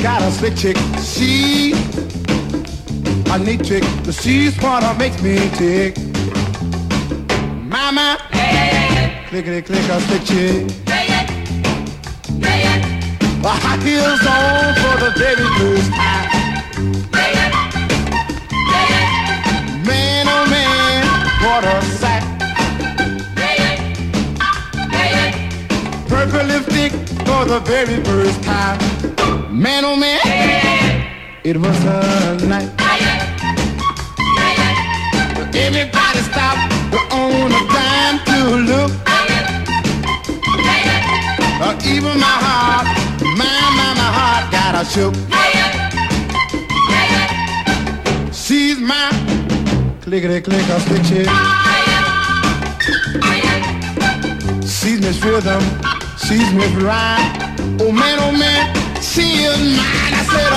got a slick chick. She a neat chick. She's what makes me tick. Mama, clickety click a slick chick. High heels on for the baby blues. Man, oh man, what a sight. Purple lipstick for the very first time. Man, oh man, it was a night. Everybody stopped on a dime to look. Even my heart, my heart got a shook. She's my clickety click a stick chick. She's Miss Rhythm, she's Miss Rhyme. Oh man, she is mine. I said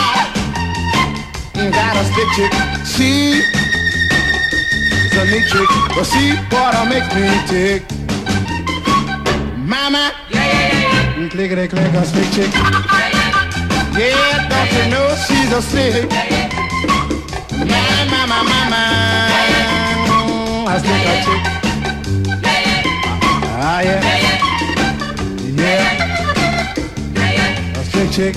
I got a stick chick. She's a neat chick, but she what makes me tick. Mama, clickety click a stick chick. Yeah, don't you know she's a slick. My, I stick a chick. Ah, yeah. Yeah. A slick chick.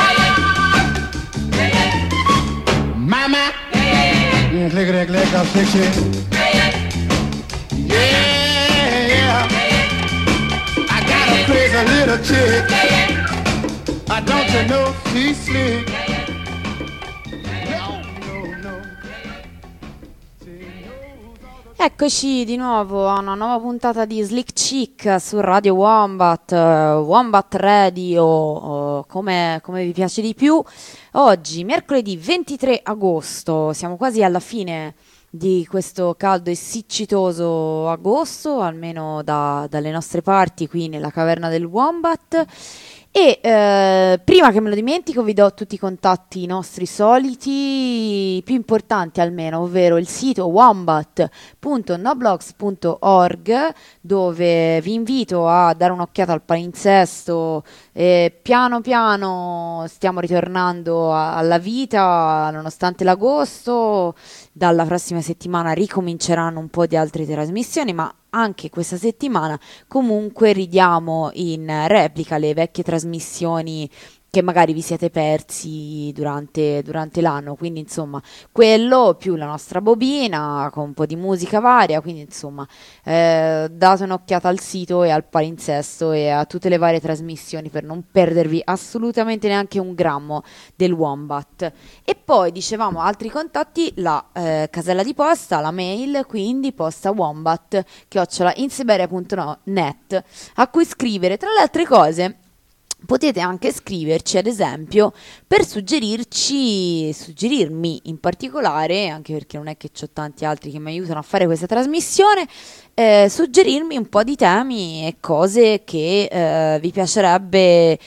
Mama, clickety click a stick chick. Yeah. I got a crazy little chick. Don't you know she's slick? Eccoci di nuovo a una nuova puntata di Slick Chick su Radio Wombat, Wombat Radio, come vi piace di più. Oggi, mercoledì 23 agosto, siamo quasi alla fine di questo caldo e siccitoso agosto, almeno dalle nostre parti qui nella caverna del Wombat. E prima che me lo dimentico vi do tutti i contatti nostri soliti, più importanti almeno, ovvero il sito wombat.noblogs.org, dove vi invito a dare un'occhiata al palinsesto. Piano piano stiamo ritornando alla vita nonostante l'agosto. Dalla prossima settimana ricominceranno un po' di altre trasmissioni, ma anche questa settimana comunque ridiamo in replica le vecchie trasmissioni che magari vi siete persi durante l'anno, quindi insomma quello più la nostra bobina con un po' di musica varia, quindi insomma date un'occhiata al sito e al palinsesto e a tutte le varie trasmissioni per non perdervi assolutamente neanche un grammo del Wombat. E poi dicevamo altri contatti, la casella di posta, la mail, quindi posta wombat@insiberia.net, a cui scrivere tra le altre cose. Potete anche scriverci, ad esempio, per suggerirmi in particolare, anche perché non è che c'ho tanti altri che mi aiutano a fare questa trasmissione, suggerirmi un po' di temi e cose che vi piacerebbe,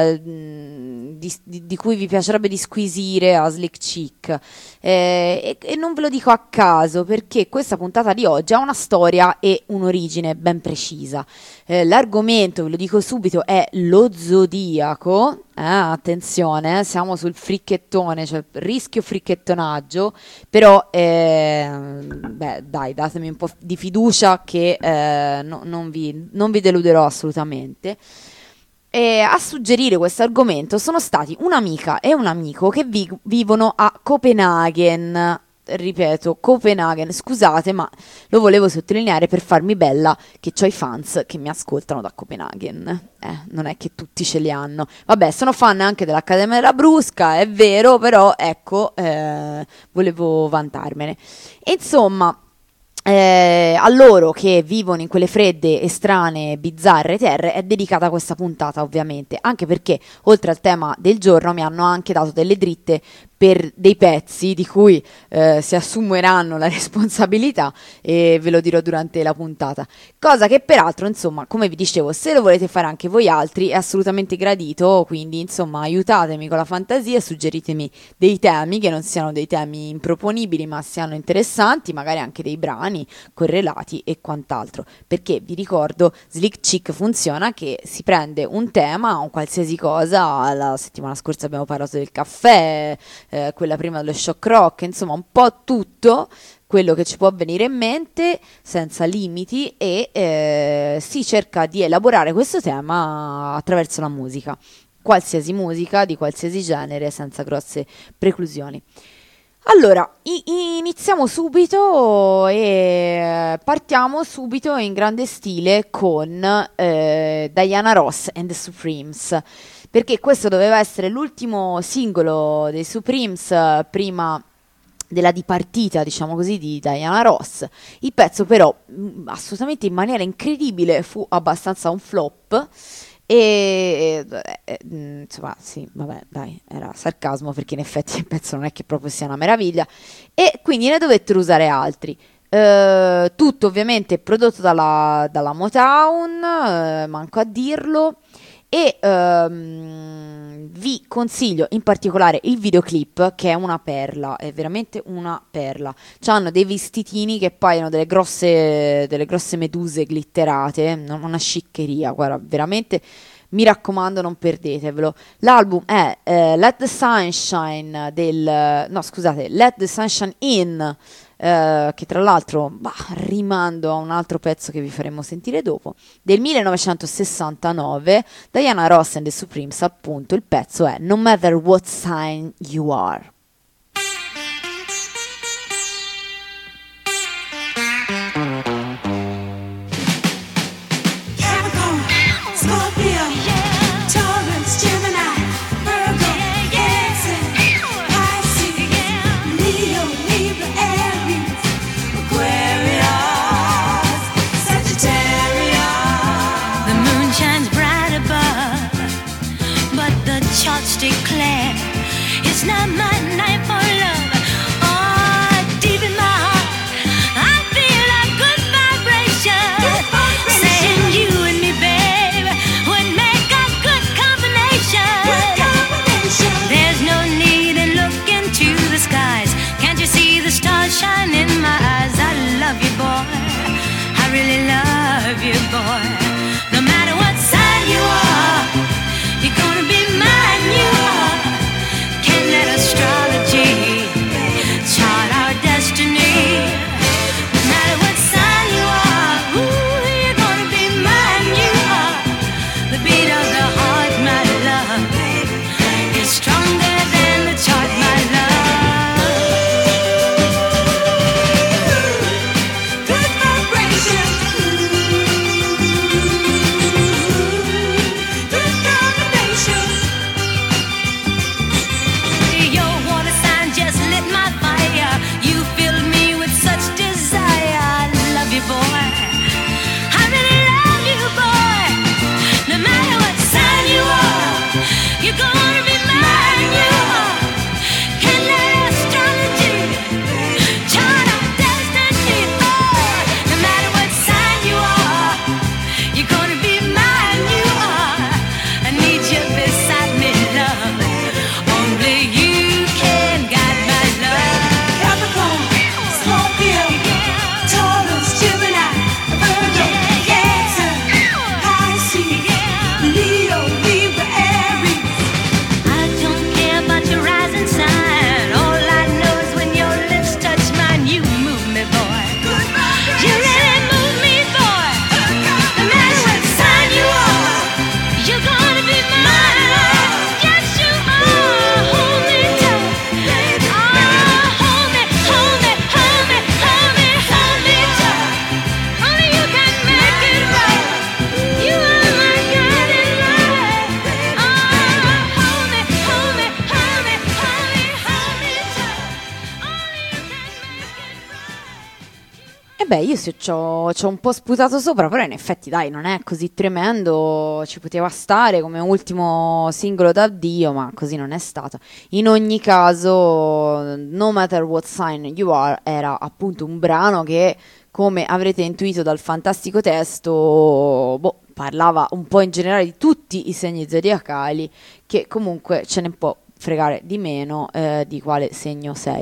di cui vi piacerebbe disquisire a Slick Chick. E non ve lo dico a caso, perché questa puntata di oggi ha una storia e un'origine ben precisa. L'argomento, ve lo dico subito, è lo zodiaco. Attenzione, siamo sul fricchettone, cioè rischio fricchettonaggio, però dai, datemi un po' di fiducia che non vi deluderò assolutamente. E a suggerire questo argomento sono stati un'amica e un amico che vivono a Copenaghen. Ripeto, Copenaghen, scusate, ma lo volevo sottolineare per farmi bella che ho i fans che mi ascoltano da Copenaghen. Non è che tutti ce li hanno. Vabbè, sono fan anche dell'Accademia della Brusca, è vero, però ecco, volevo vantarmene. Insomma, a loro che vivono in quelle fredde e strane, bizzarre terre è dedicata questa puntata, ovviamente, anche perché oltre al tema del giorno mi hanno anche dato delle dritte per dei pezzi di cui si assumeranno la responsabilità, e ve lo dirò durante la puntata. Cosa che peraltro, insomma, come vi dicevo, se lo volete fare anche voi altri è assolutamente gradito, quindi insomma aiutatemi con la fantasia, suggeritemi dei temi che non siano dei temi improponibili ma siano interessanti, magari anche dei brani correlati e quant'altro, perché vi ricordo Slick Chick funziona che si prende un tema, un qualsiasi cosa. La settimana scorsa abbiamo parlato del caffè, quella prima dello shock rock, insomma un po' tutto quello che ci può venire in mente senza limiti, e si cerca di elaborare questo tema attraverso la musica, qualsiasi musica di qualsiasi genere, senza grosse preclusioni. Allora, iniziamo subito e partiamo subito in grande stile con Diana Ross and the Supremes, perché questo doveva essere l'ultimo singolo dei Supremes prima della dipartita, diciamo così, di Diana Ross. Il pezzo però, assolutamente in maniera incredibile, fu abbastanza un flop. E insomma, sì, vabbè, dai, era sarcasmo, perché in effetti il pezzo non è che proprio sia una meraviglia, e quindi ne dovettero usare altri. Tutto ovviamente prodotto dalla Motown, manco a dirlo. E vi consiglio in particolare il videoclip, che è una perla, è veramente una perla. C'hanno dei vestitini che paiono delle grosse meduse glitterate, una sciccheria, guarda, veramente mi raccomando, non perdetevelo. L'album è Let the Sunshine Let the Sunshine In, che tra l'altro rimando a un altro pezzo che vi faremo sentire dopo, del 1969, Diana Ross and the Supremes, appunto. Il pezzo è No Matter What Sign You Are. Declare it's not my night for love. Oh, deep in my heart, I feel a good vibration. Saying you and me, babe, would make a good combination. There's no need in looking to the skies. Can't you see the stars shine in my eyes? I love you, boy. I really love you, boy. No matter what side you are, you're gonna be mine. You are. Can't let astrology beh, io c'ho un po' sputato sopra, però in effetti dai, non è così tremendo, ci poteva stare come ultimo singolo d'addio, ma così non è stato. In ogni caso, No Matter What Sign You Are era appunto un brano che, come avrete intuito dal fantastico testo, boh, parlava un po' in generale di tutti i segni zodiacali, che comunque ce ne può fregare di meno di quale segno sei.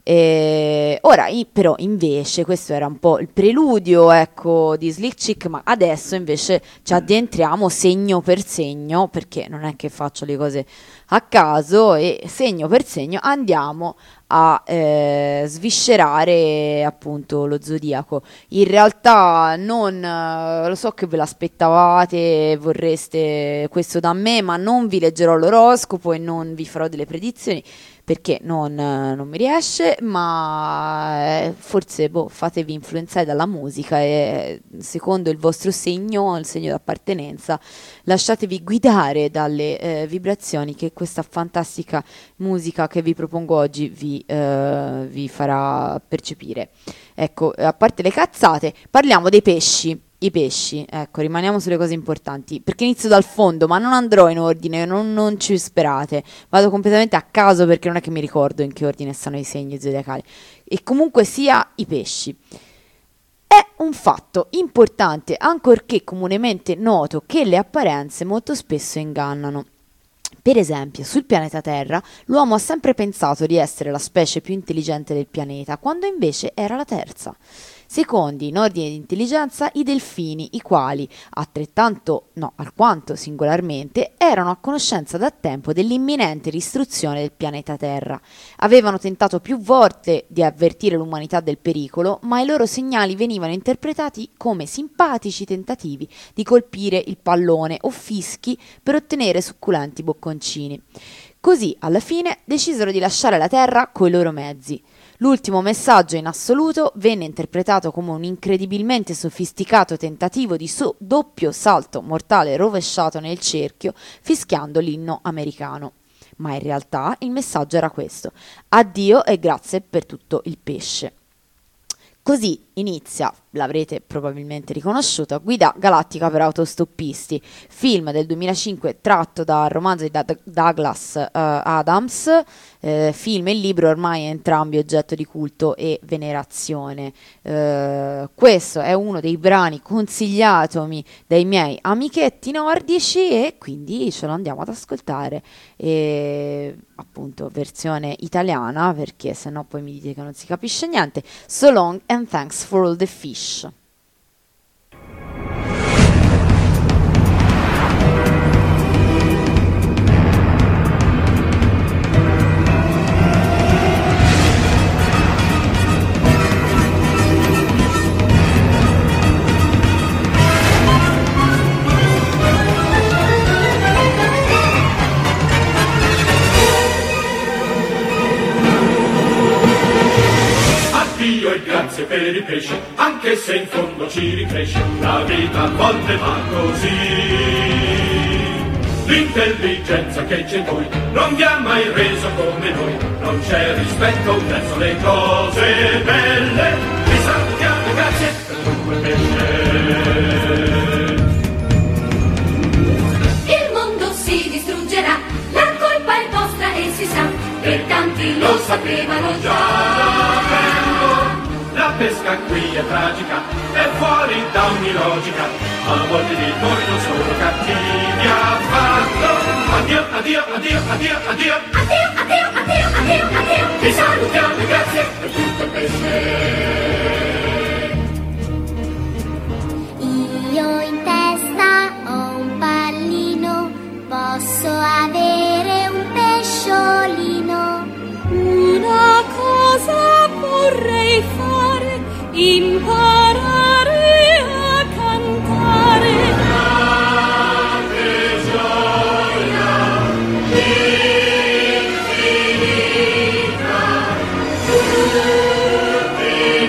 Ora, però, invece, questo era un po' il preludio, ecco, di Slick Chick, ma adesso invece ci addentriamo segno per segno, perché non è che faccio le cose a caso, e segno per segno andiamo a sviscerare appunto lo zodiaco. In realtà non lo so che ve l'aspettavate, vorreste questo da me, ma non vi leggerò l'oroscopo e non vi farò delle predizioni perché non mi riesce, ma forse fatevi influenzare dalla musica e secondo il vostro segno, il segno d'appartenenza, lasciatevi guidare dalle vibrazioni che questa fantastica musica che vi propongo oggi vi farà percepire. Ecco, a parte le cazzate, parliamo dei pesci. I pesci, ecco, rimaniamo sulle cose importanti, perché inizio dal fondo, ma non andrò in ordine, non ci sperate, vado completamente a caso perché non è che mi ricordo in che ordine stanno i segni zodiacali, e comunque sia i pesci. È un fatto importante, ancorché comunemente noto, che le apparenze molto spesso ingannano. Per esempio, sul pianeta Terra, l'uomo ha sempre pensato di essere la specie più intelligente del pianeta, quando invece era la terza. Secondi in ordine di intelligenza i delfini, i quali, alquanto singolarmente, erano a conoscenza da tempo dell'imminente distruzione del pianeta Terra. Avevano tentato più volte di avvertire l'umanità del pericolo, ma i loro segnali venivano interpretati come simpatici tentativi di colpire il pallone o fischi per ottenere succulenti bocconcini. Così, alla fine, decisero di lasciare la Terra coi loro mezzi. L'ultimo messaggio in assoluto venne interpretato come un incredibilmente sofisticato tentativo di doppio salto mortale rovesciato nel cerchio, fischiando l'inno americano. Ma in realtà il messaggio era questo: addio e grazie per tutto il pesce. Così inizia, l'avrete probabilmente riconosciuto, Guida galattica per autostoppisti, film del 2005 tratto dal romanzo di Douglas Adams, film e libro ormai entrambi oggetto di culto e venerazione. Questo è uno dei brani consigliatomi dai miei amichetti nordici e quindi ce lo andiamo ad ascoltare. Appunto versione italiana, perché sennò poi mi dite che non si capisce niente. So long and thanks for all the fish. Addio e grazie per i pesci, anche se in fondo ci ricresce, la vita a volte va così. L'intelligenza che c'è in voi non vi ha mai reso come noi, non c'è rispetto verso le cose belle. Vi salutiamo, grazie per tutto il pesce. Il mondo si distruggerà, la colpa è vostra e si sa, e tanti lo sapevano già. La pesca qui è tragica, è fuori da ogni logica, a volte di noi non sono cattivi affatto. Addio, addio, addio, addio, addio. Addio, addio, addio, addio, addio. Vi salutiamo e grazie per tutto il pesce. Io in testa ho un pallino, posso avere un pesciolino. Una cosa vorrei fare, imparare a cantare. Grande gioia infinita, tutti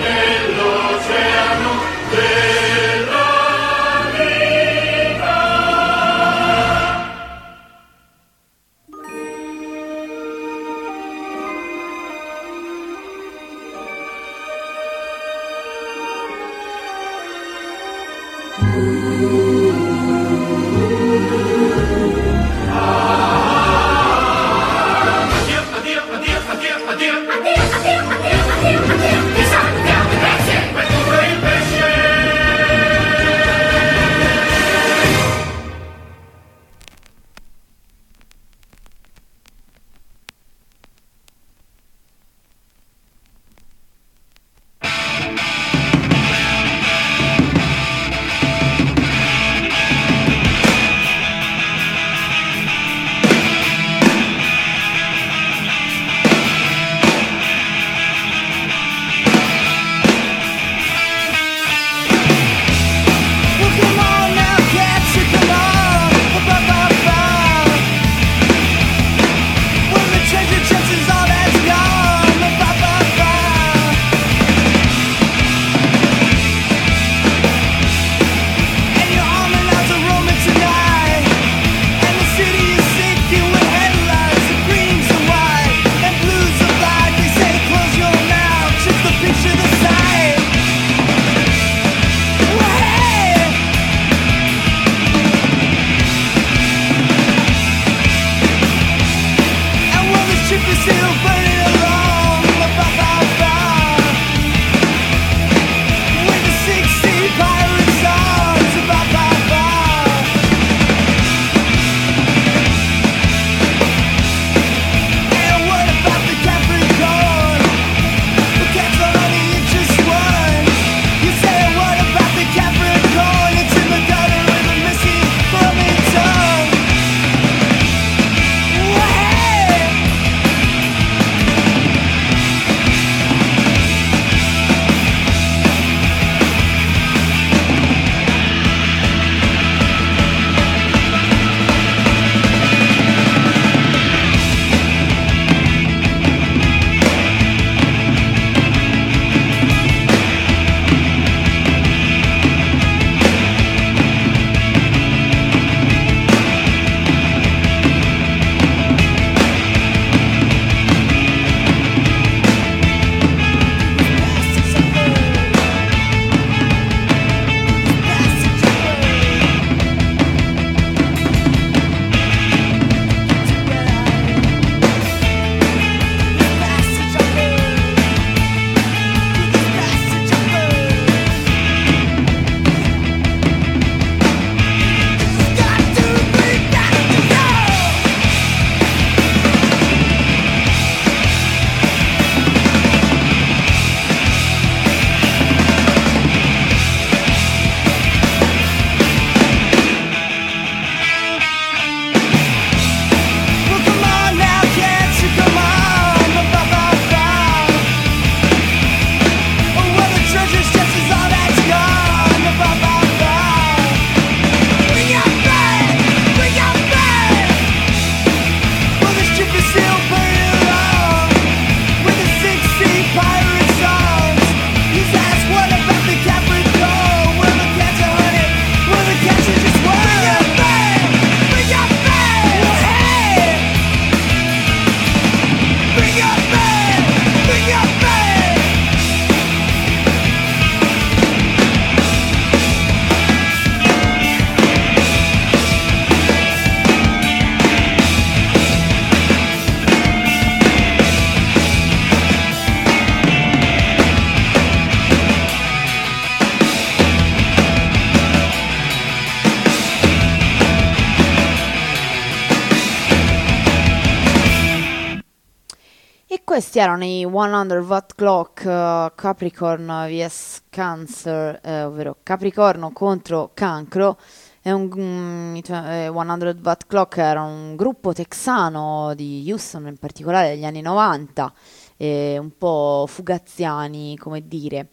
Questi erano i 100 Watt Clock, Capricorn vs Cancer, ovvero Capricorno contro Cancro. 100 Watt Clock era un gruppo texano di Houston, in particolare degli anni 90, un po' fugaziani, come dire.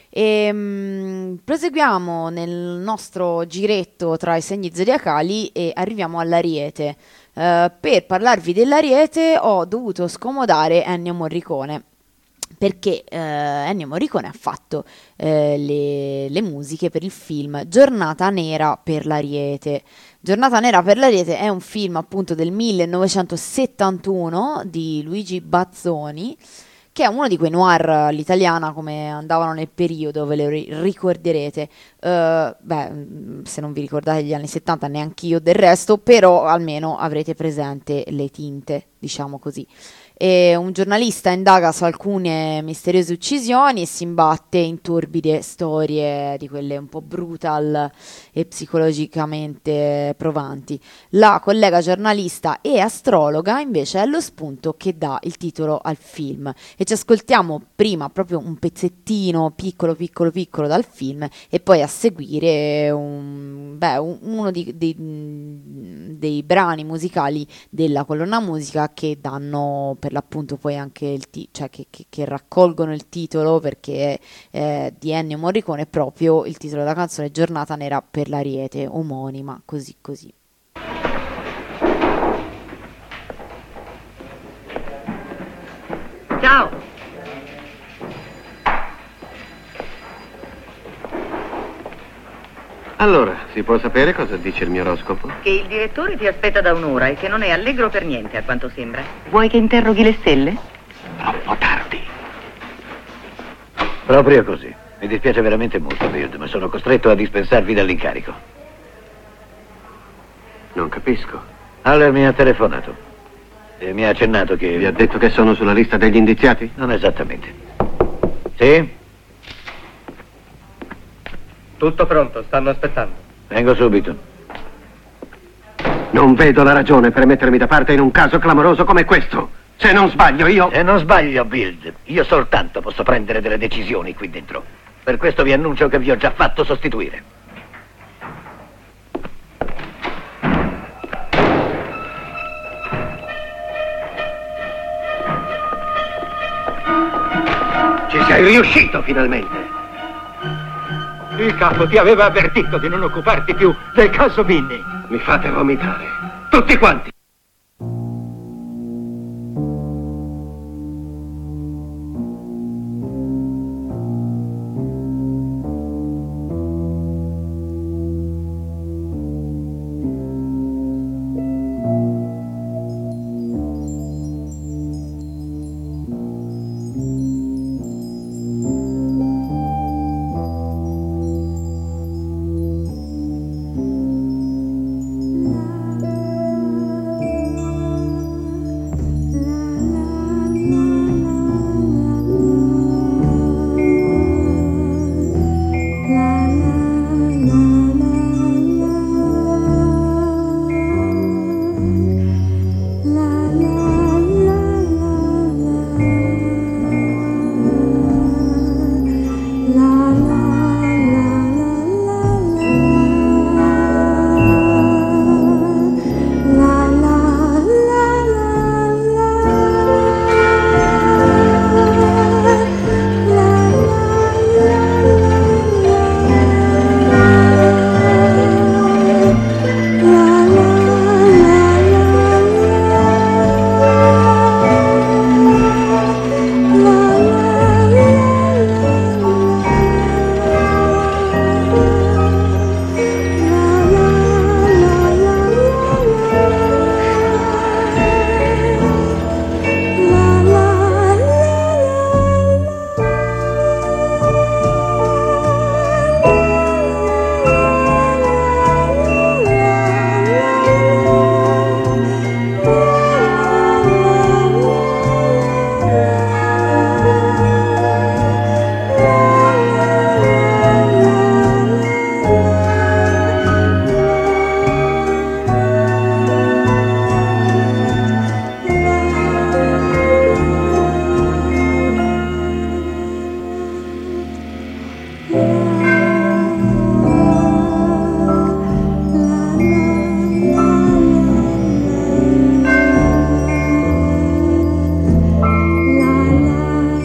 Proseguiamo nel nostro giretto tra i segni zodiacali e arriviamo all'Ariete. Per parlarvi dell'Ariete ho dovuto scomodare Ennio Morricone, perché Ennio Morricone ha fatto le musiche per il film Giornata Nera per l'Ariete. Giornata Nera per l'Ariete è un film appunto del 1971 di Luigi Bazzoni, che è uno di quei noir all'italiana come andavano nel periodo, ve lo ricorderete. Se non vi ricordate gli anni 70, neanch'io del resto, però almeno avrete presente le tinte, diciamo così. Un giornalista indaga su alcune misteriose uccisioni e si imbatte in torbide storie di quelle un po' brutal e psicologicamente provanti. La collega giornalista e astrologa invece è lo spunto che dà il titolo al film, e ci ascoltiamo prima proprio un pezzettino piccolo dal film e poi a seguire uno dei brani musicali della colonna musica che danno per l'appunto poi anche che raccolgono il titolo, perché di Ennio Morricone è proprio il titolo della canzone Giornata Nera per l'Ariete, omonima, così. Ciao! Allora, si può sapere cosa dice il mio oroscopo? Che il direttore ti aspetta da un'ora e che non è allegro per niente, a quanto sembra. Vuoi che interroghi le stelle? Troppo tardi. Proprio così. Mi dispiace veramente molto, Bill, ma sono costretto a dispensarvi dall'incarico. Non capisco. Haller mi ha telefonato e mi ha accennato che... Vi ha detto che sono sulla lista degli indiziati? Non esattamente. Sì? Tutto pronto, stanno aspettando. Vengo subito. Non vedo la ragione per mettermi da parte in un caso clamoroso come questo. Se non sbaglio io... Se non sbaglio, Bill, io soltanto posso prendere delle decisioni qui dentro. Per questo vi annuncio che vi ho già fatto sostituire. Ci sei riuscito finalmente. Il capo ti aveva avvertito di non occuparti più del caso Minnie. Mi fate vomitare. Tutti quanti.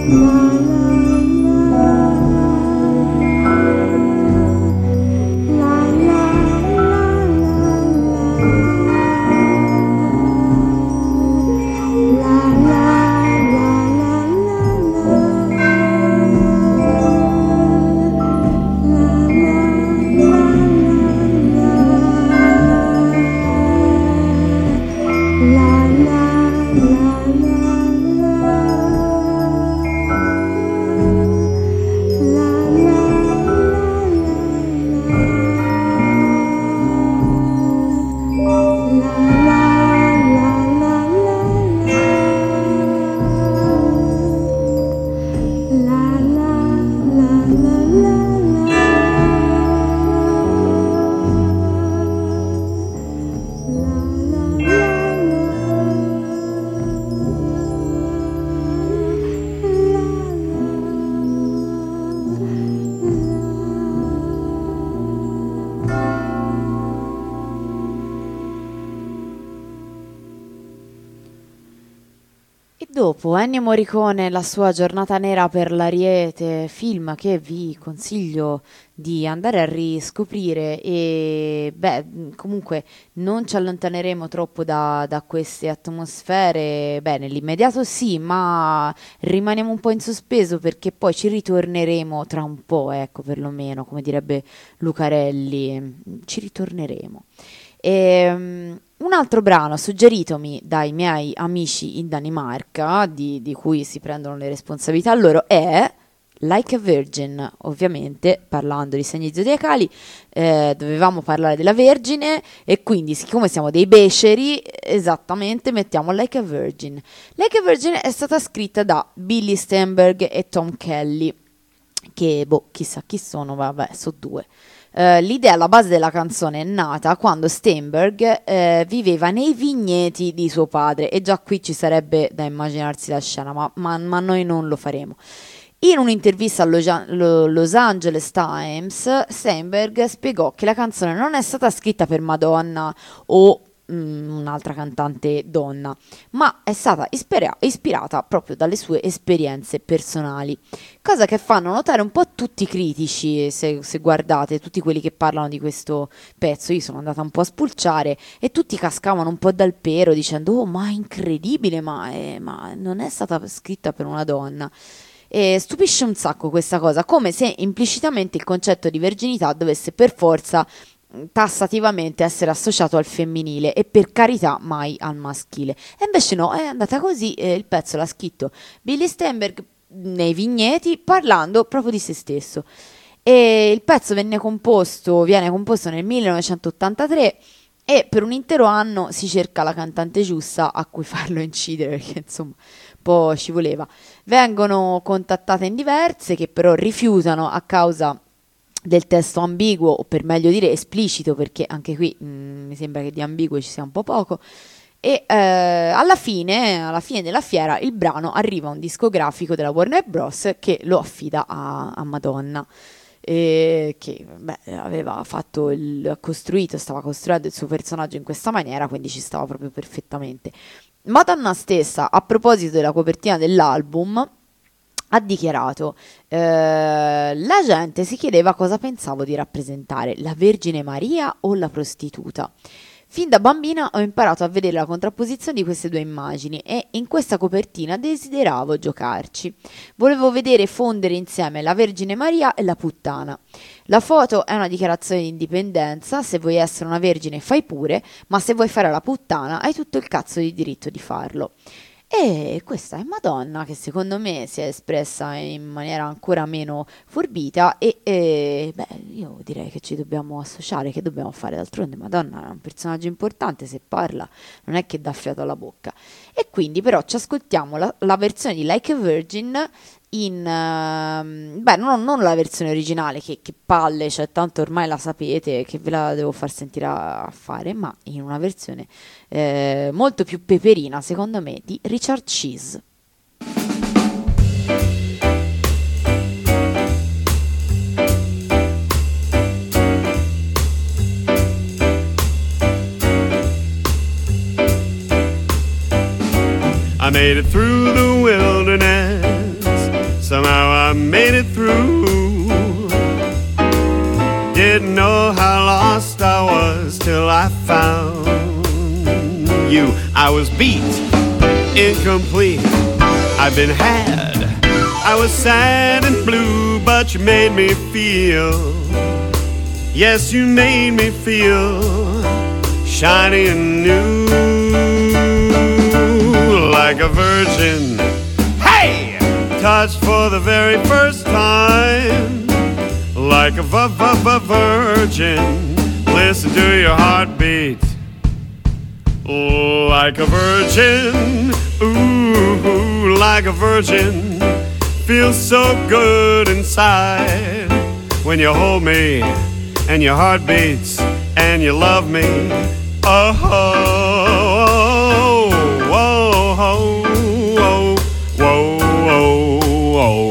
Dopo Ennio Morricone, La sua giornata nera per l'Ariete, film che vi consiglio di andare a riscoprire e comunque non ci allontaneremo troppo da queste atmosfere, nell'immediato sì, ma rimaniamo un po' in sospeso perché poi ci ritorneremo tra un po', ecco, perlomeno, come direbbe Lucarelli, ci ritorneremo. Un altro brano suggeritomi dai miei amici in Danimarca, di cui si prendono le responsabilità loro, è Like a Virgin. Ovviamente, parlando di segni zodiacali, dovevamo parlare della Vergine e quindi, siccome siamo dei beceri, esattamente mettiamo Like a Virgin. Like a Virgin è stata scritta da Billy Steinberg e Tom Kelly, che chissà chi sono, sono due. L'idea alla base della canzone è nata quando Steinberg viveva nei vigneti di suo padre, e già qui ci sarebbe da immaginarsi la scena, ma noi non lo faremo. In un'intervista al Los Angeles Times, Steinberg spiegò che la canzone non è stata scritta per Madonna o un'altra cantante donna, ma è stata ispirata proprio dalle sue esperienze personali, cosa che fanno notare un po' tutti i critici. Se guardate tutti quelli che parlano di questo pezzo, io sono andata un po' a spulciare e tutti cascavano un po' dal pero dicendo: oh, ma è incredibile, ma non è stata scritta per una donna. E stupisce un sacco questa cosa, come se implicitamente il concetto di verginità dovesse per forza tassativamente essere associato al femminile e per carità mai al maschile. E invece no, è andata così. Il pezzo l'ha scritto Billy Steinberg nei vigneti, parlando proprio di se stesso, e il pezzo viene composto nel 1983 e per un intero anno si cerca la cantante giusta a cui farlo incidere, perché insomma un po' ci voleva. Vengono contattate in diverse, che però rifiutano a causa del testo ambiguo, o per meglio dire esplicito, perché anche qui mi sembra che di ambiguo ci sia un po' poco. E alla fine della fiera il brano arriva a un discografico della Warner Bros. Che lo affida a Madonna, che stava costruendo il suo personaggio in questa maniera, quindi ci stava proprio perfettamente. Madonna stessa, a proposito della copertina dell'album, ha dichiarato: la gente si chiedeva cosa pensavo di rappresentare, la Vergine Maria o la prostituta. Fin da bambina ho imparato a vedere la contrapposizione di queste due immagini e in questa copertina desideravo giocarci. Volevo vedere fondere insieme la Vergine Maria e la puttana. La foto è una dichiarazione di indipendenza: se vuoi essere una vergine fai pure, ma se vuoi fare la puttana hai tutto il cazzo di diritto di farlo. E questa è Madonna, che secondo me si è espressa in maniera ancora meno forbita e io direi che ci dobbiamo associare. Che dobbiamo fare? D'altronde Madonna è un personaggio importante, se parla non è che dà fiato alla bocca. E quindi però ci ascoltiamo la versione di Like a Virgin in non la versione originale, che palle, cioè tanto ormai la sapete, che ve la devo far sentire a fare, ma in una versione molto più peperina secondo me di Richard Cheese. I made it through the wilderness somehow I made it through. Didn't know how lost I was till I found you. I was beat, incomplete, I've been had. I was sad and blue, but you made me feel. Yes, you made me feel shiny and new, like a virgin. Hey! Touched for the very first time, like a virgin. Listen to your heartbeat, like a virgin. Ooh, like a virgin. Feels so good inside when you hold me and your heart beats and you love me. Oh, oh, oh, oh, oh, oh,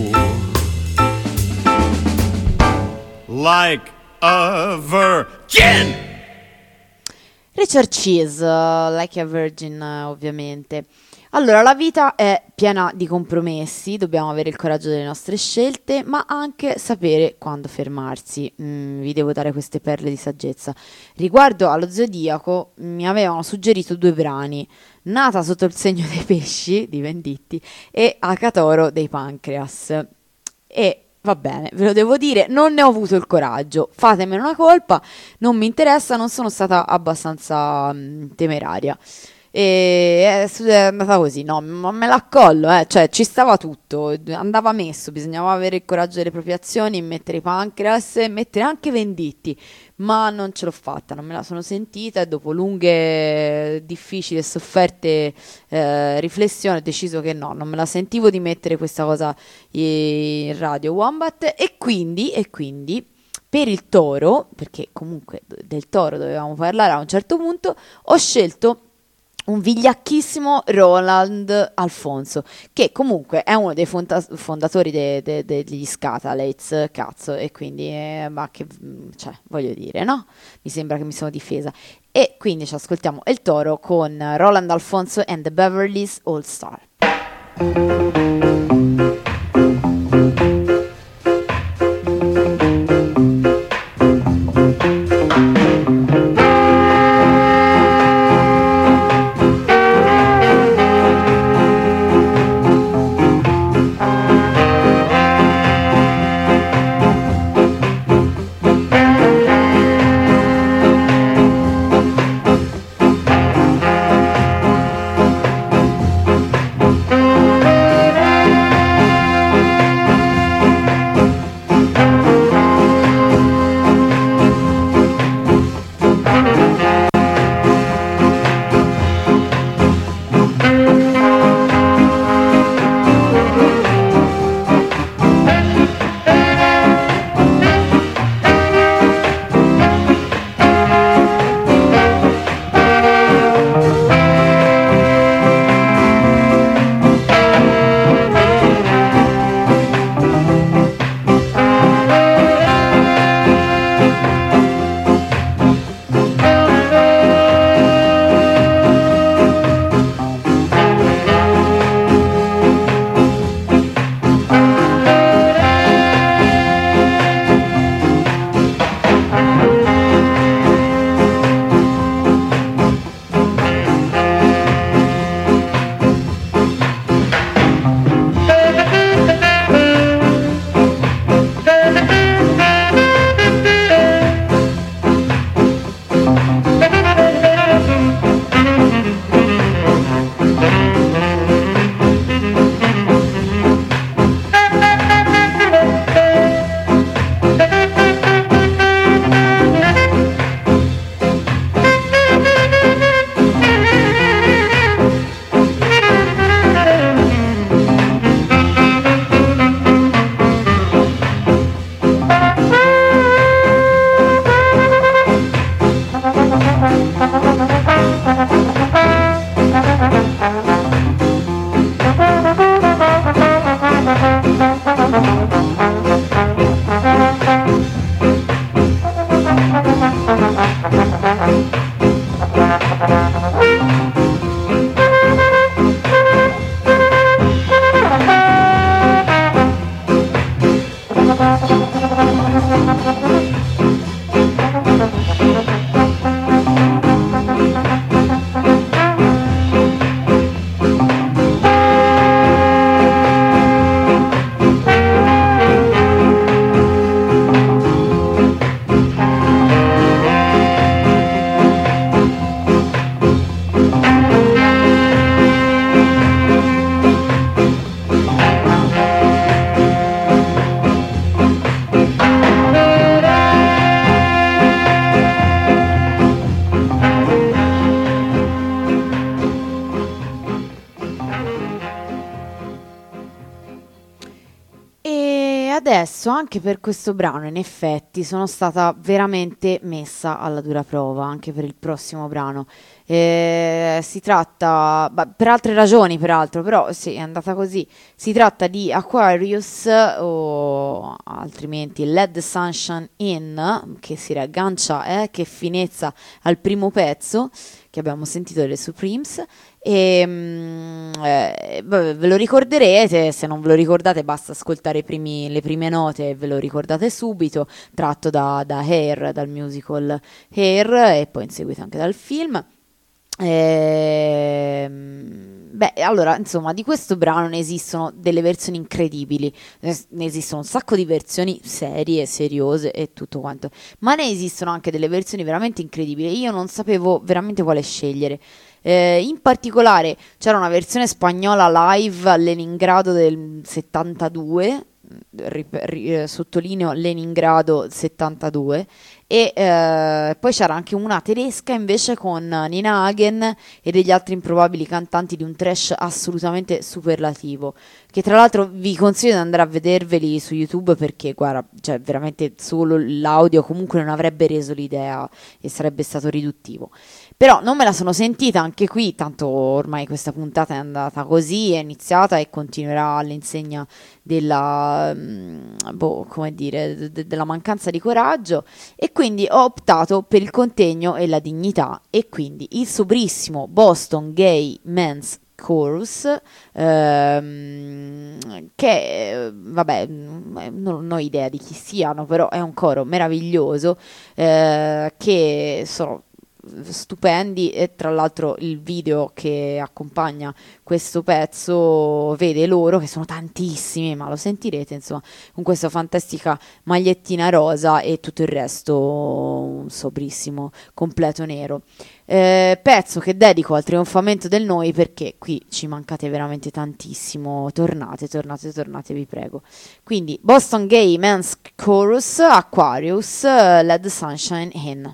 oh. Like a virgin. Richard Cheese, Like a Virgin, ovviamente. Allora, la vita è piena di compromessi, dobbiamo avere il coraggio delle nostre scelte, ma anche sapere quando fermarsi. Vi devo dare queste perle di saggezza. Riguardo allo zodiaco, mi avevano suggerito 2 brani, Nata sotto il segno dei pesci, di Venditti, e Acatoro dei Pancreas. E va bene, ve lo devo dire, non ne ho avuto il coraggio, fatemene una colpa, non mi interessa, non sono stata abbastanza temeraria. E è andata così, no, ma me la accollo, cioè ci stava tutto, andava messo, bisognava avere il coraggio delle proprie azioni, mettere i Pancreas e mettere anche Venditti, ma non ce l'ho fatta, non me la sono sentita e dopo lunghe, difficili e sofferte riflessioni ho deciso che no, non me la sentivo di mettere questa cosa in radio Wombat e quindi per il Toro, perché comunque del Toro dovevamo parlare a un certo punto, ho scelto un vigliacchissimo Roland Alfonso, che comunque è uno dei fondatori degli Scatalites, cazzo, e quindi, ma che, cioè, voglio dire, no? Mi sembra che mi sono difesa. E quindi ci ascoltiamo El Toro con Roland Alfonso and the Beverly's All Star. adesso anche per questo brano in effetti sono stata veramente messa alla dura prova, anche per il prossimo brano. Si tratta, per altre ragioni peraltro, però sì, è andata così. Si tratta di Aquarius, o altrimenti Let the Sunshine In, che si riaggancia, che finezza al primo pezzo che abbiamo sentito delle Supremes. E ve lo ricorderete, se non ve lo ricordate basta ascoltare le prime note e ve lo ricordate subito, tratto da Hair, dal musical Hair, e poi in seguito anche dal film. Allora, insomma, di questo brano ne esistono delle versioni incredibili, ne esistono un sacco di versioni serie, seriose e tutto quanto, ma ne esistono anche delle versioni veramente incredibili. Io non sapevo veramente quale scegliere. In particolare c'era una versione spagnola live a Leningrado del 72, sottolineo Leningrado 72, e poi c'era anche una tedesca invece con Nina Hagen e degli altri improbabili cantanti di un trash assolutamente superlativo, che tra l'altro vi consiglio di andare a vederveli su YouTube, perché guarda, cioè veramente solo l'audio comunque non avrebbe reso l'idea e sarebbe stato riduttivo. Però non me la sono sentita anche qui, tanto ormai questa puntata è andata così, è iniziata e continuerà all'insegna della, come dire, della mancanza di coraggio, e quindi ho optato per il contegno e la dignità, e quindi il sobrissimo Boston Gay Men's Chorus, che vabbè, non ho idea di chi siano, però è un coro meraviglioso, che sono stupendi, e tra l'altro il video che accompagna questo pezzo vede loro, che sono tantissimi, ma lo sentirete, insomma, con questa fantastica magliettina rosa e tutto il resto un sobrissimo completo nero. Pezzo che dedico al trionfamento del noi, perché qui ci mancate veramente tantissimo. Tornate, vi prego. Quindi Boston Gay Men's Chorus, Aquarius, Let the Sunshine In.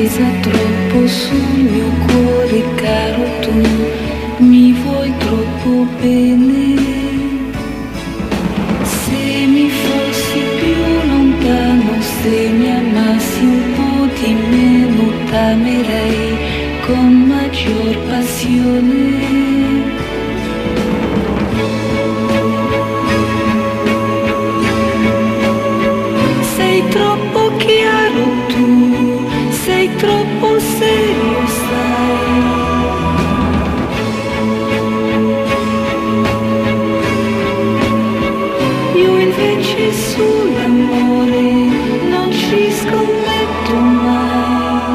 pesa troppo sul mio cuore, caro tu, mi vuoi troppo bene. Se mi fossi più lontano, se mi amassi un po' di meno, t'amerei con maggior passione. Sei troppo chiaro tu, sei troppo serio, sai. Io invece sull'amore non ci scommetto mai.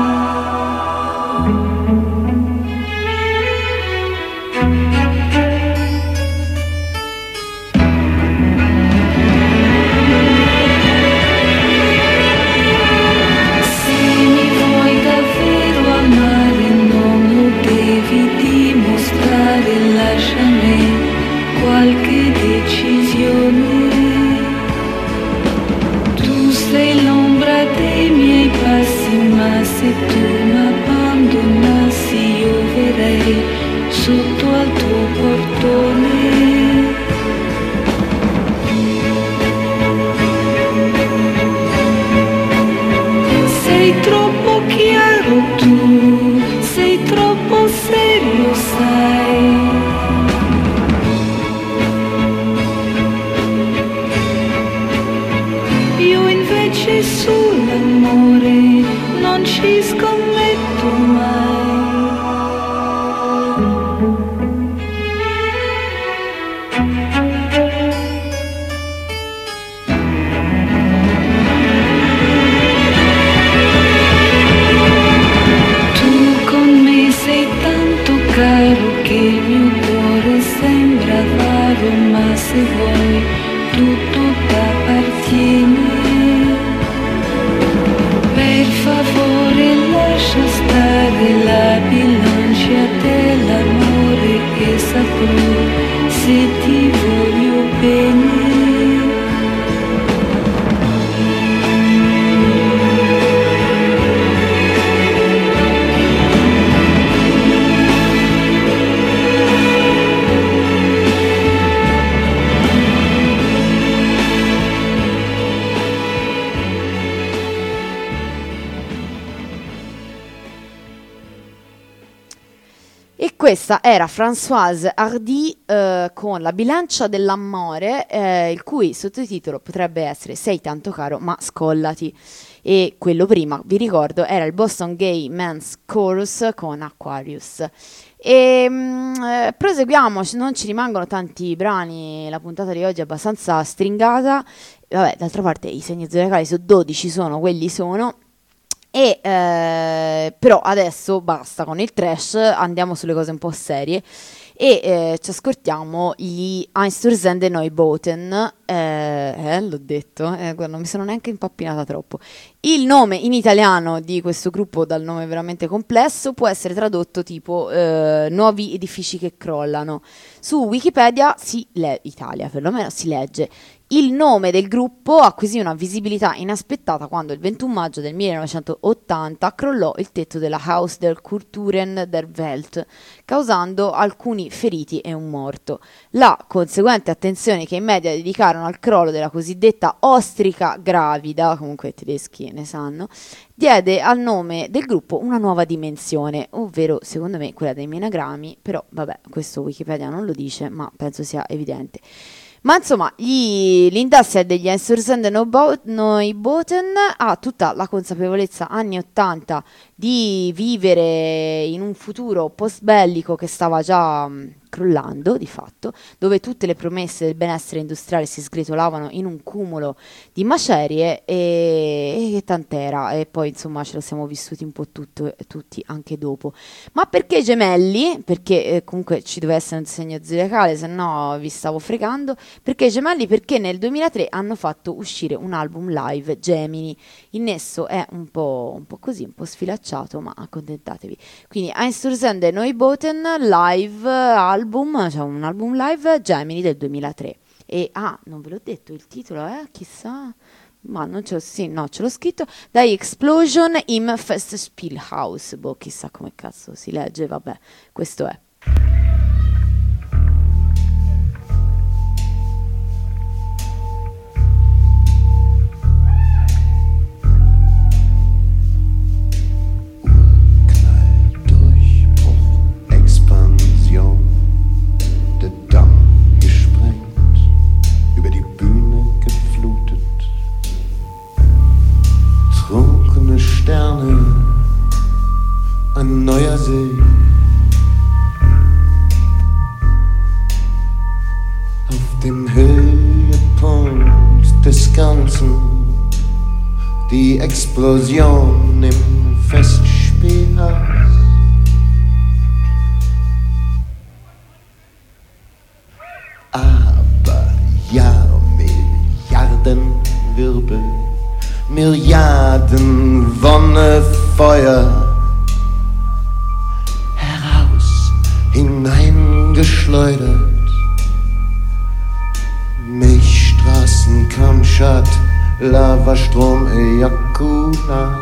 Qualche decisione, tu sei l'ombra dei miei passi, ma se tu mi abbandonassi io verrei sotto al tuo portone. Sei troppo chiaro tu, sei troppo serio, sai. Sull'amore non ci scommetto mai. Tu con me sei tanto caro che il mio cuore sembra avaro, ma se vuoi tutto t'appartiene. Per favore lascia stare la bilancia dell'amore e saprò se ti voglio bene. Questa era Françoise Hardy con La bilancia dell'amore, il cui sottotitolo potrebbe essere Sei tanto caro ma scollati. E quello prima, vi ricordo, era il Boston Gay Men's Chorus con Aquarius. E proseguiamo, non ci rimangono tanti brani, la puntata di oggi è abbastanza stringata. Vabbè, d'altra parte i segni zodiacali su 12 sono quelli sono. E però adesso basta con il trash, andiamo sulle cose un po' serie e ci ascoltiamo gli Einstürzende Neubauten, l'ho detto, guarda, non mi sono neanche impappinata troppo. Il nome in italiano di questo gruppo, dal nome veramente complesso, può essere tradotto tipo nuovi edifici che crollano. Su Wikipedia Italia perlomeno si legge: il nome del gruppo acquisì una visibilità inaspettata quando il 21 maggio del 1980 crollò il tetto della Haus der Kulturen der Welt, causando alcuni feriti e un morto. La conseguente attenzione che i media dedicarono al crollo della cosiddetta ostrica gravida, comunque i tedeschi ne sanno, diede al nome del gruppo una nuova dimensione, ovvero secondo me quella dei menagrammi, però vabbè, questo Wikipedia non lo dice, ma penso sia evidente. Ma insomma, l'industria degli Einstürzende Neubauten ha tutta la consapevolezza anni 80 di vivere in un futuro post-bellico che stava già crollando di fatto, dove tutte le promesse del benessere industriale si sgretolavano in un cumulo di macerie e tant'era, e poi insomma ce lo siamo vissuti un po' tutti anche dopo. Ma perché i gemelli? Perché comunque ci deve essere un segno zodiacale, se no vi stavo fregando. Perché i gemelli? Perché nel 2003 hanno fatto uscire un album live, Gemini. Il nesso è un po' così, un po' sfilacciato, ma accontentatevi. Quindi Einstürzende Neubauten live album, cioè un album live Gemini del 2003. E non ve l'ho detto, il titolo è, chissà, Ma non ce l'ho, sì, no, ce l'ho scritto. Dai, Explosion im Festspielhaus. Boh, chissà come cazzo si legge, vabbè, questo è. Der Damm gesprengt, über die Bühne geflutet. Trunkene Sterne, ein neuer See. Auf dem Höhepunkt des Ganzen, die Explosion im Festspielhaus. Aber ja, Milliardenwirbel, Milliarden Wonne, Feuer, heraus, hineingeschleudert. Milchstraßen, Kamschat, Lavastrom, Ejakulat.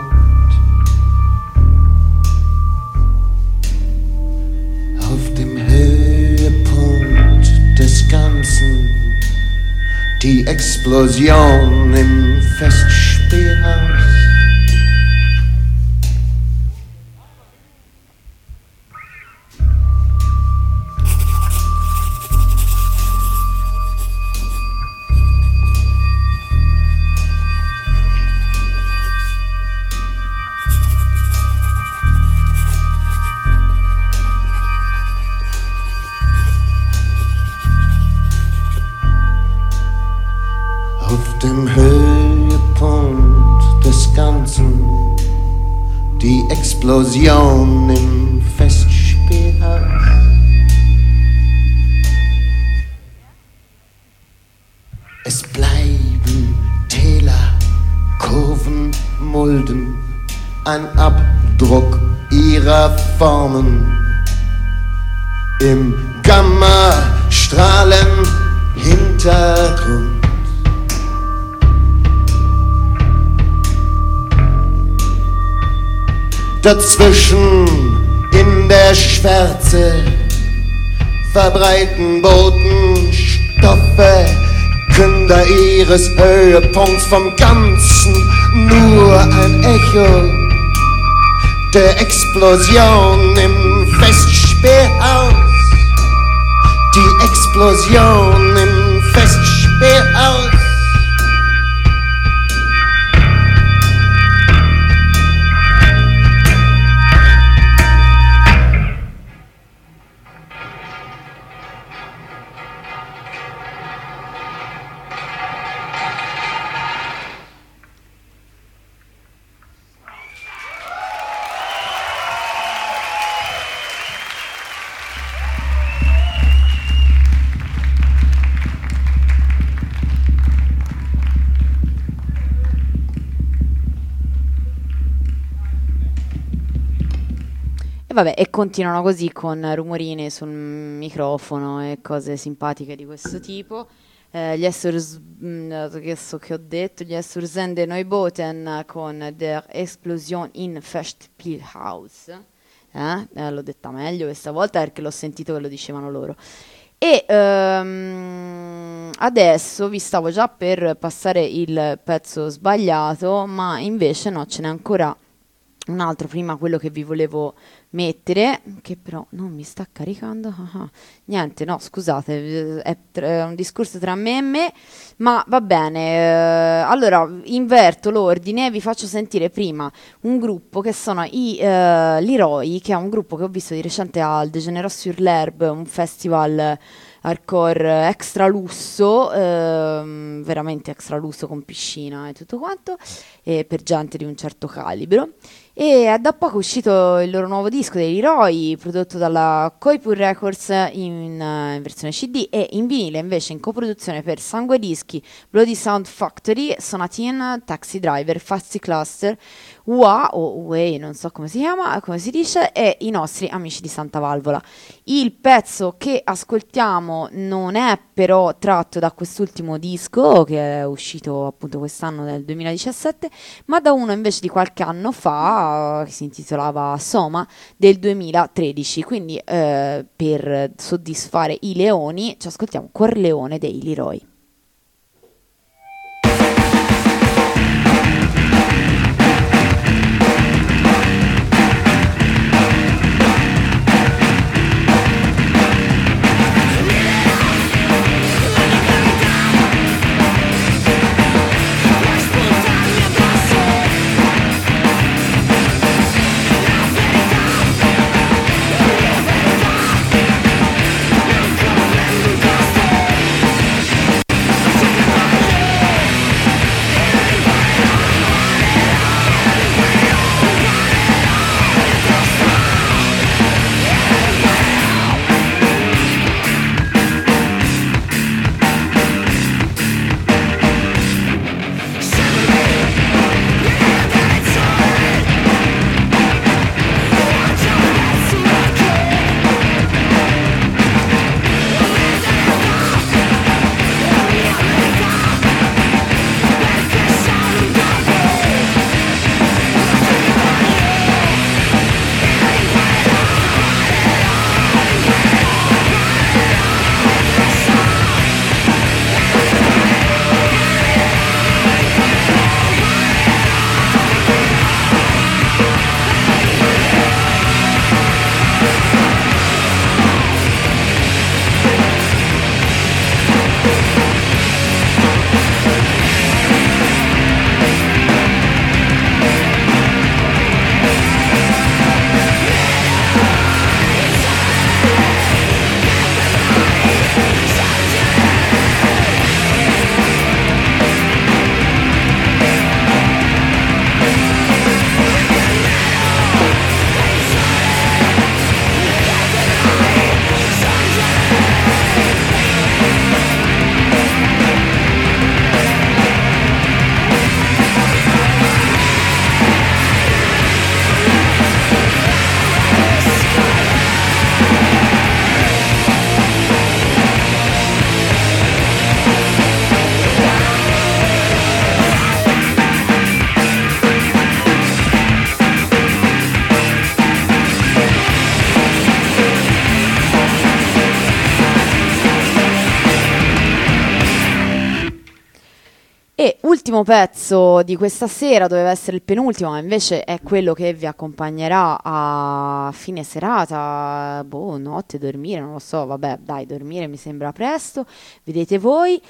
Auf dem Höhepunkt des Ganzen, die Explosion im Festspielhaus. Auf dem Höhepunkt des Ganzen, die Explosion im Festspielhaus. Es bleiben Täler, Kurven, Mulden, ein Abdruck ihrer Formen im Gamma-Strahlen-Hintergrund. Dazwischen in der Schwärze verbreiten Botenstoffe, Künder ihres Höhepunkts vom Ganzen, nur ein Echo der Explosion im Festspielhaus. Die Explosion im Festspielhaus. E vabbè, e continuano così con rumorini sul microfono e cose simpatiche di questo tipo. Gli che ho detto, gli Essursende Neuboten con Der Explosion in Festspielhaus. L'ho detta meglio questa volta perché l'ho sentito che lo dicevano loro. E adesso vi stavo già per passare il pezzo sbagliato, ma invece no, ce n'è ancora un altro prima, quello che vi volevo mettere, che però non mi sta caricando. Niente, no, scusate, è un discorso tra me e me, ma va bene. Allora inverto l'ordine, vi faccio sentire prima un gruppo che sono i Leroy, che è un gruppo che ho visto di recente al Degenerat sur l'Herbe, un festival hardcore extra lusso, veramente extra lusso, con piscina e tutto quanto, e per gente di un certo calibro. E è da poco uscito il loro nuovo disco dei Leroy, prodotto dalla Koipur Records in versione CD, e in vinile invece in coproduzione per Sangue Dischi, Bloody Sound Factory, Sonatin, Taxi Driver, Fuzzy Cluster, UA o Way, non so come si chiama, come si dice, e i nostri amici di Santa Valvola. Il pezzo che ascoltiamo non è però tratto da quest'ultimo disco che è uscito appunto quest'anno nel 2017, ma da uno invece di qualche anno fa che si intitolava Soma del 2013. Quindi per soddisfare i leoni ci ascoltiamo Corleone dei Leroy. E ultimo pezzo di questa sera, doveva essere il penultimo, ma invece è quello che vi accompagnerà a fine serata, notte, dormire, non lo so, vabbè, dai, dormire mi sembra presto, vedete voi.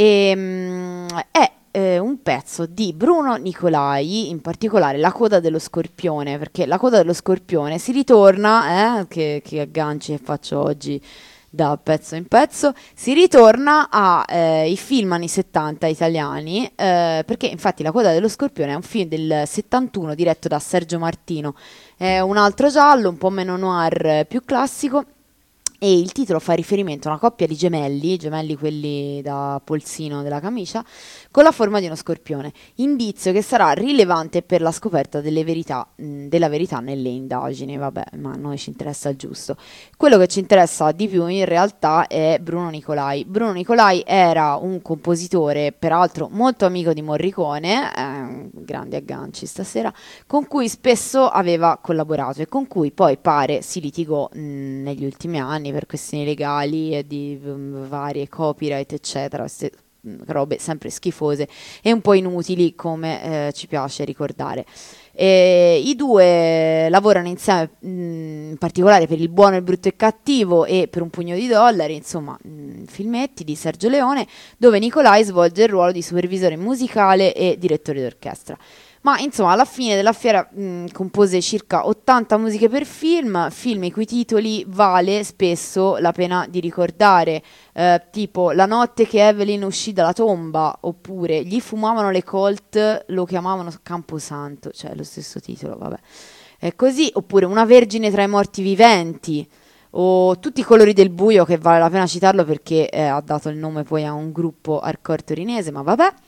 È un pezzo di Bruno Nicolai, in particolare La coda dello scorpione, perché La coda dello scorpione si ritorna, che agganci che faccio oggi da pezzo in pezzo, si ritorna ai film anni 70 italiani, perché infatti La coda dello scorpione è un film del 71 diretto da Sergio Martino, è un altro giallo, un po' meno noir, più classico, e il titolo fa riferimento a una coppia di gemelli quelli da polsino della camicia, con la forma di uno scorpione, indizio che sarà rilevante per la scoperta della verità nelle indagini. Vabbè, ma a noi ci interessa il giusto. Quello che ci interessa di più in realtà è Bruno Nicolai. Bruno Nicolai era un compositore, peraltro molto amico di Morricone, grandi agganci stasera, con cui spesso aveva collaborato e con cui poi pare si litigò negli ultimi anni per questioni legali e di varie copyright eccetera, queste robe sempre schifose e un po' inutili, come ci piace ricordare. I due lavorano insieme, in particolare per Il buono, il brutto e il cattivo e Per un pugno di dollari, insomma filmetti di Sergio Leone, dove Nicolai svolge il ruolo di supervisore musicale e direttore d'orchestra. Ma insomma, alla fine della fiera compose circa 80 musiche per film i cui titoli vale spesso la pena di ricordare, tipo La notte che Evelyn uscì dalla tomba, oppure Gli fumavano le Colt, lo chiamavano Camposanto, cioè lo stesso titolo, vabbè. È così, oppure Una vergine tra i morti viventi, o Tutti i colori del buio, che vale la pena citarlo perché ha dato il nome poi a un gruppo hardcore torinese, ma vabbè.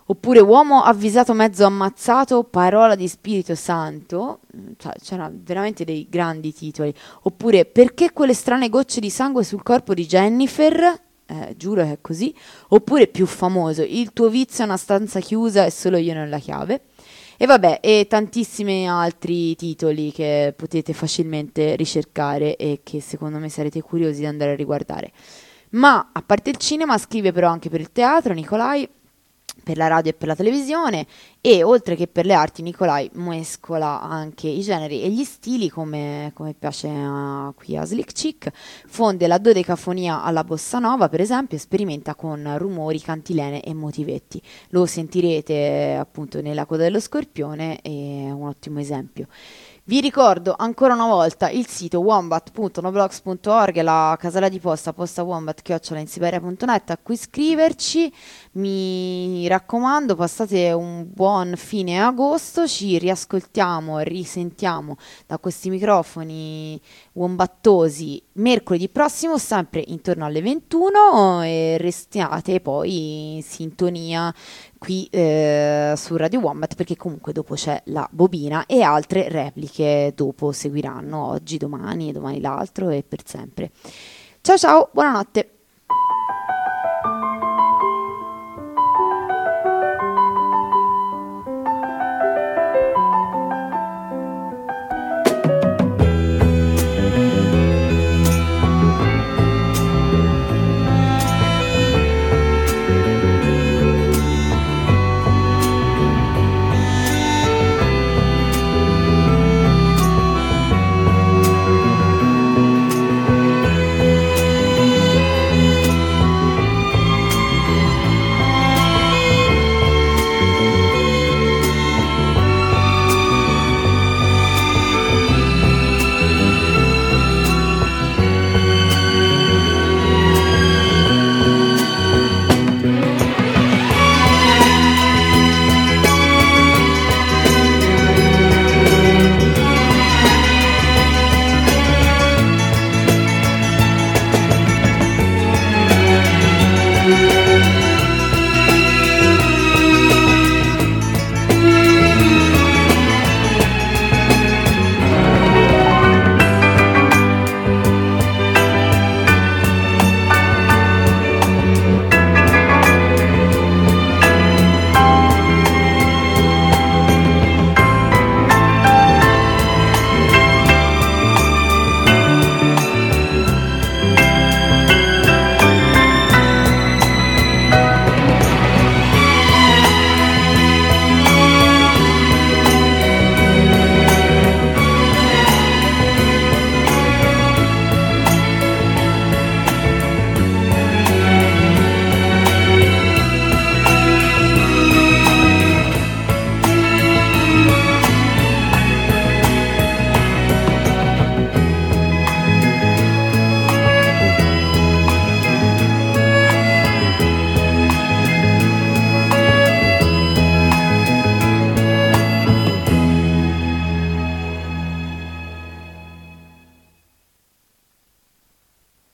Oppure uomo avvisato mezzo ammazzato, parola di Spirito Santo, cioè, c'erano veramente dei grandi titoli. Oppure perché quelle strane gocce di sangue sul corpo di Jennifer, giuro che è così. Oppure più famoso, il tuo vizio è una stanza chiusa e solo io non la chiave. E vabbè, e tantissimi altri titoli che potete facilmente ricercare e che secondo me sarete curiosi di andare a riguardare. Ma a parte il cinema scrive però anche per il teatro Nicolai, per la radio e per la televisione, e oltre che per le arti Nicolai mescola anche i generi e gli stili come piace qui a Slick Chick. Fonde la dodecafonia alla bossa nova, per esempio, sperimenta con rumori, cantilene e motivetti. Lo sentirete appunto nella Coda dello Scorpione, è un ottimo esempio. Vi ricordo ancora una volta il sito wombat.noblogs.org, la casella di posta postawombat@insiberia.net, a cui scriverci. Mi raccomando, passate un buon fine agosto, ci riascoltiamo e risentiamo da questi microfoni wombattosi mercoledì prossimo, sempre intorno alle 21, e restate poi in sintonia qui su Radio Wombat, perché comunque dopo c'è la bobina e altre repliche dopo seguiranno, oggi, domani l'altro e per sempre. Ciao ciao, buonanotte.